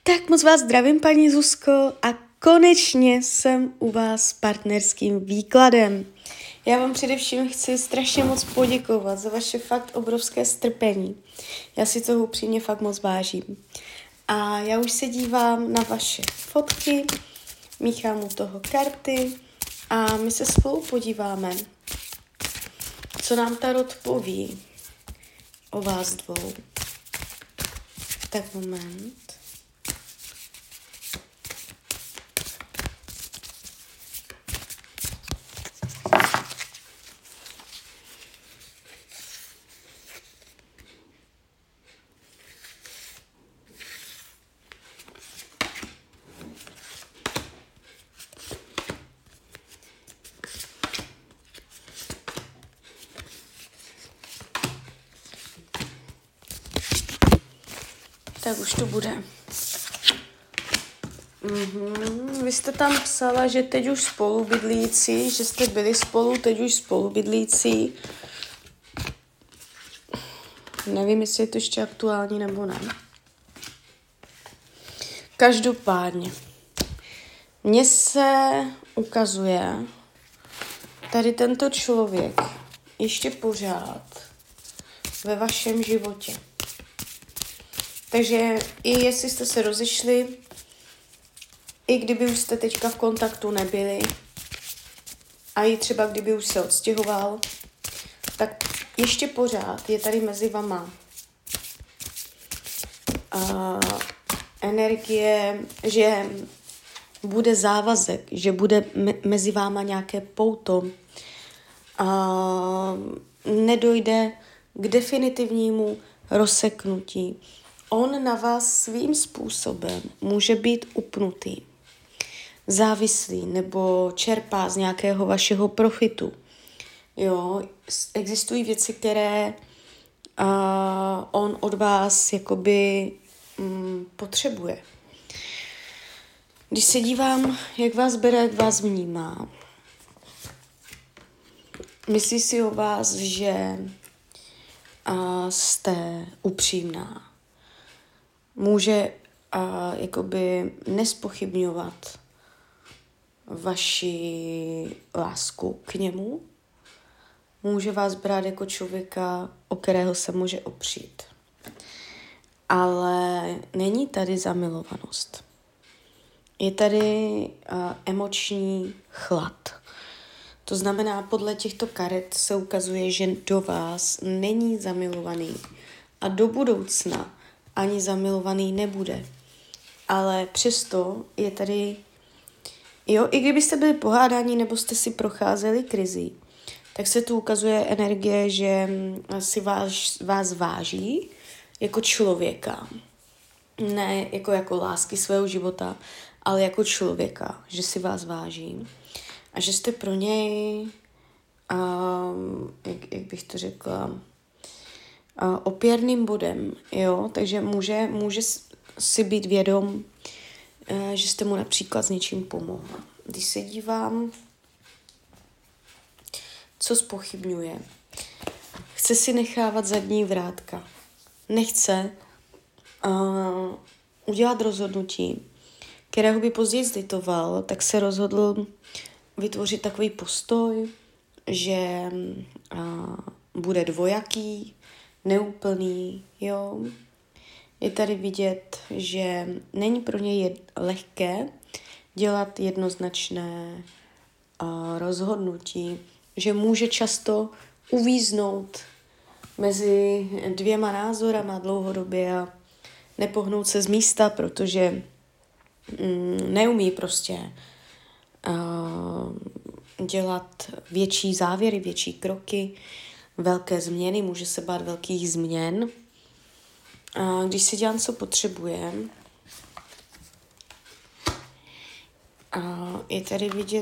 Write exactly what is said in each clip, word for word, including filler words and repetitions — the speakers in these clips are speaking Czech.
Tak moc vás zdravím, paní Zuzko, a konečně jsem u vás s partnerským výkladem. Já vám především chci strašně moc poděkovat za vaše fakt obrovské strpení. Já si toho upřímně fakt moc vážím. A já už se dívám na vaše fotky, míchám u toho karty a my se spolu podíváme, co nám tarot poví o vás dvou. Tak moment. Tak už to bude. Mhm. Vy jste tam psala, že teď už spolubydlící, že jste byli spolu, teď už spolubydlící. Nevím, jestli je to ještě aktuální nebo ne. Každopádně. Mně se ukazuje tady tento člověk ještě pořád ve vašem životě. Takže i jestli jste se rozešli, i kdyby už jste teďka v kontaktu nebyli, a i třeba kdyby už se odstěhoval, tak ještě pořád je tady mezi vama a energie, že bude závazek, že bude me- mezi váma nějaké pouto, a nedojde k definitivnímu rozseknutí. On na vás svým způsobem může být upnutý, závislý nebo čerpá z nějakého vašeho profitu. Jo, existují věci, které uh, on od vás jakoby um, potřebuje. Když se dívám, jak vás bere, jak vás vnímá, myslí si o vás, že uh, jste upřímná. Může uh, jakoby nespochybňovat vaši lásku k němu. Může vás brát jako člověka, o kterého se může opřít. Ale není tady zamilovanost. Je tady uh, emoční chlad. To znamená, podle těchto karet se ukazuje, že do vás není zamilovaný a do budoucna ani zamilovaný nebude. Ale přesto je tady, jo, i kdybyste byli pohádáni nebo jste si procházeli krizi, tak se tu ukazuje energie, že si vás, vás váží jako člověka. Ne jako, jako lásky svého života, ale jako člověka, že si vás váží. A že jste pro něj, um, jak, jak bych to řekla, Uh, opěrným bodem, jo, takže může, může si být vědom, uh, že jste mu například s něčím pomohla. Když se dívám, co zpochybňuje, chce si nechávat zadní vrátka, nechce uh, udělat rozhodnutí, kterého by později zditoval, tak se rozhodl vytvořit takový postoj, že uh, bude dvojaký, neúplný, jo. Je tady vidět, že není pro něj jed- lehké dělat jednoznačné uh, rozhodnutí, že může často uvíznout mezi dvěma názorama dlouhodobě a nepohnout se z místa, protože mm, neumí prostě uh, dělat větší závěry, větší kroky, velké změny, může se bát velkých změn. A když si dělám, co potřebuje, a je tady vidět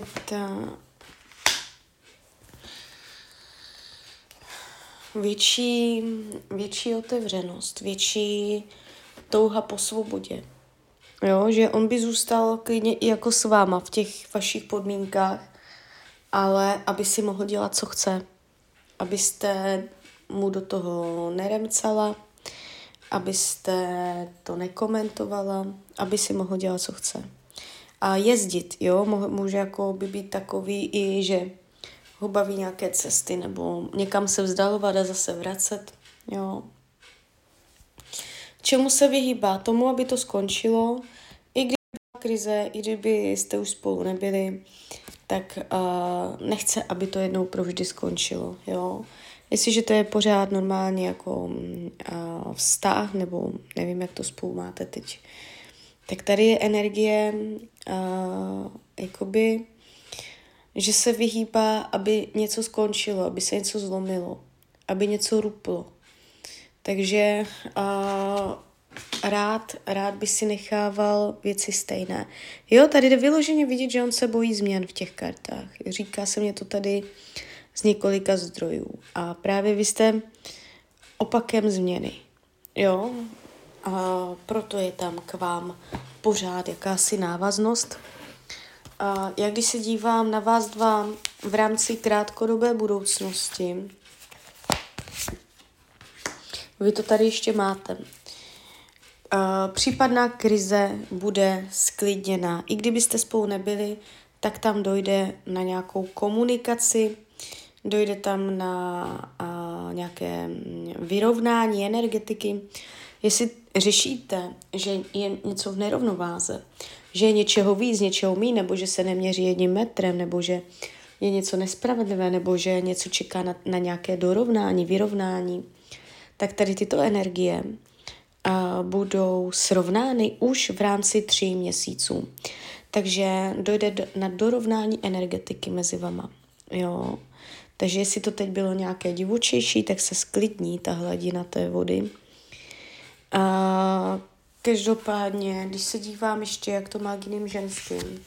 větší, větší otevřenost, větší touha po svobodě. Jo, že on by zůstal klidně i jako s váma v těch vašich podmínkách, ale aby si mohl dělat, co chce. Abyste mu do toho neremcala, abyste to nekomentovala, aby si mohl dělat, co chce. A jezdit, jo, může jako by být takový i, že ho baví nějaké cesty, nebo někam se vzdalovat a zase vracet, jo. Čemu se vyhýbá? Tomu, aby to skončilo, i kdyby byla krize, i kdyby jste už spolu nebyli, tak uh, nechce, aby to jednou provždy skončilo, jo. Jestliže to je pořád normálně jako uh, vztah, nebo nevím, jak to spolu máte teď, tak tady je energie, uh, jakoby, že se vyhýbá, aby něco skončilo, aby se něco zlomilo, aby něco ruplo. Takže uh, rád, rád by si nechával věci stejné. Jo, tady jde vyloženě vidět, že on se bojí změn v těch kartách. Říká se mě to tady z několika zdrojů. A právě vy jste opakem změny. Jo, a proto je tam k vám pořád jakási návaznost. A jak když se dívám na vás dva v rámci krátkodobé budoucnosti, vy to tady ještě máte. A případná krize bude sklidněná. I kdybyste spolu nebyli, tak tam dojde na nějakou komunikaci, dojde tam na a, nějaké vyrovnání energetiky. Jestli řešíte, že je něco v nerovnováze, že je něčeho víc, něčeho míň, nebo že se neměří jedním metrem, nebo že je něco nespravedlivé, nebo že něco čeká na, na nějaké dorovnání, vyrovnání, tak tady tyto energie a, budou srovnány už v rámci tří měsíců. Takže dojde do, na dorovnání energetiky mezi vama. Jo. Takže jestli to teď bylo nějaké divočejší, tak se sklidní ta hladina té vody. A každopádně, když se dívám ještě, jak to má k jiným ženským,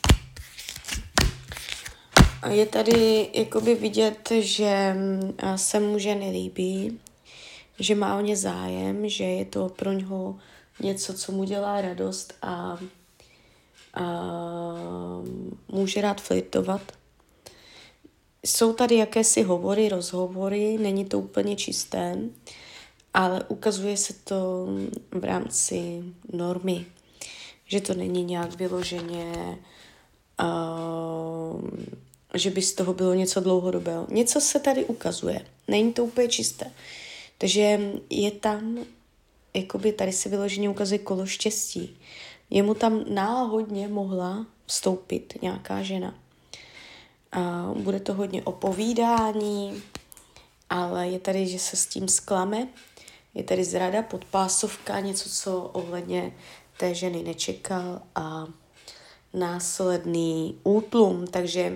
je tady jakoby vidět, že se mu ženy líbí, že má o ně zájem, že je to pro něho něco, co mu dělá radost a, a může rád flirtovat. Jsou tady jakési hovory, rozhovory, není to úplně čisté, ale ukazuje se to v rámci normy, že to není nějak vyloženě, uh, že by z toho bylo něco dlouhodobého. Něco se tady ukazuje, není to úplně čisté. Takže je tam, jakoby tady se vyloženě ukazuje kolo štěstí. Jemu tam náhodně mohla vstoupit nějaká žena. A bude to hodně o povídání, ale je tady, že se s tím zklame. Je tady zrada, podpásovka, něco, co ohledně té ženy nečekal a následný útlum. Takže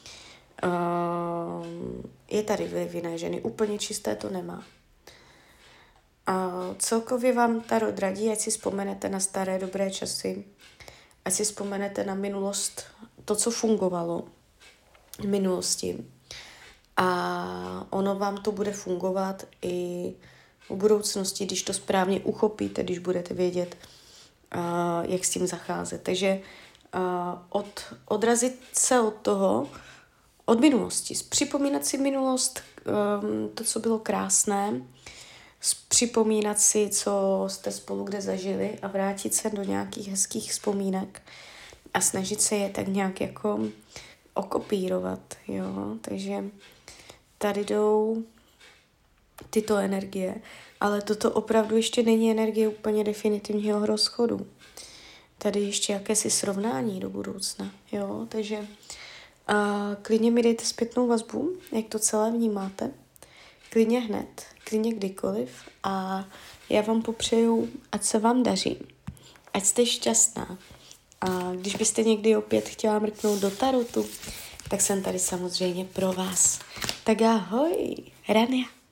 uh, je tady vliv jiné ženy. Úplně čisté to nemá. A celkově vám tarot radí, ať si vzpomenete na staré dobré časy, ať si vzpomenete na minulost, to, co fungovalo v minulosti. A ono vám to bude fungovat i v budoucnosti, když to správně uchopíte, když budete vědět, uh, jak s tím zacházet. Takže uh, od, odrazit se od toho, od minulosti, připomínat si minulost, um, to, co bylo krásné, připomínat si, co jste spolu kde zažili a vrátit se do nějakých hezkých vzpomínek a snažit se je tak nějak jako okopírovat, jo, takže tady jdou tyto energie, ale toto opravdu ještě není energie úplně definitivního rozchodu. Tady ještě jakési srovnání do budoucna, jo, takže uh, klidně mi dejte zpětnou vazbu, jak to celé vnímáte, klidně hned, klidně kdykoliv a já vám popřeju, ať se vám daří, ať jste šťastná. A když byste někdy opět chtěla mrknout do tarotu, tak jsem tady samozřejmě pro vás. Tak ahoj, Rania.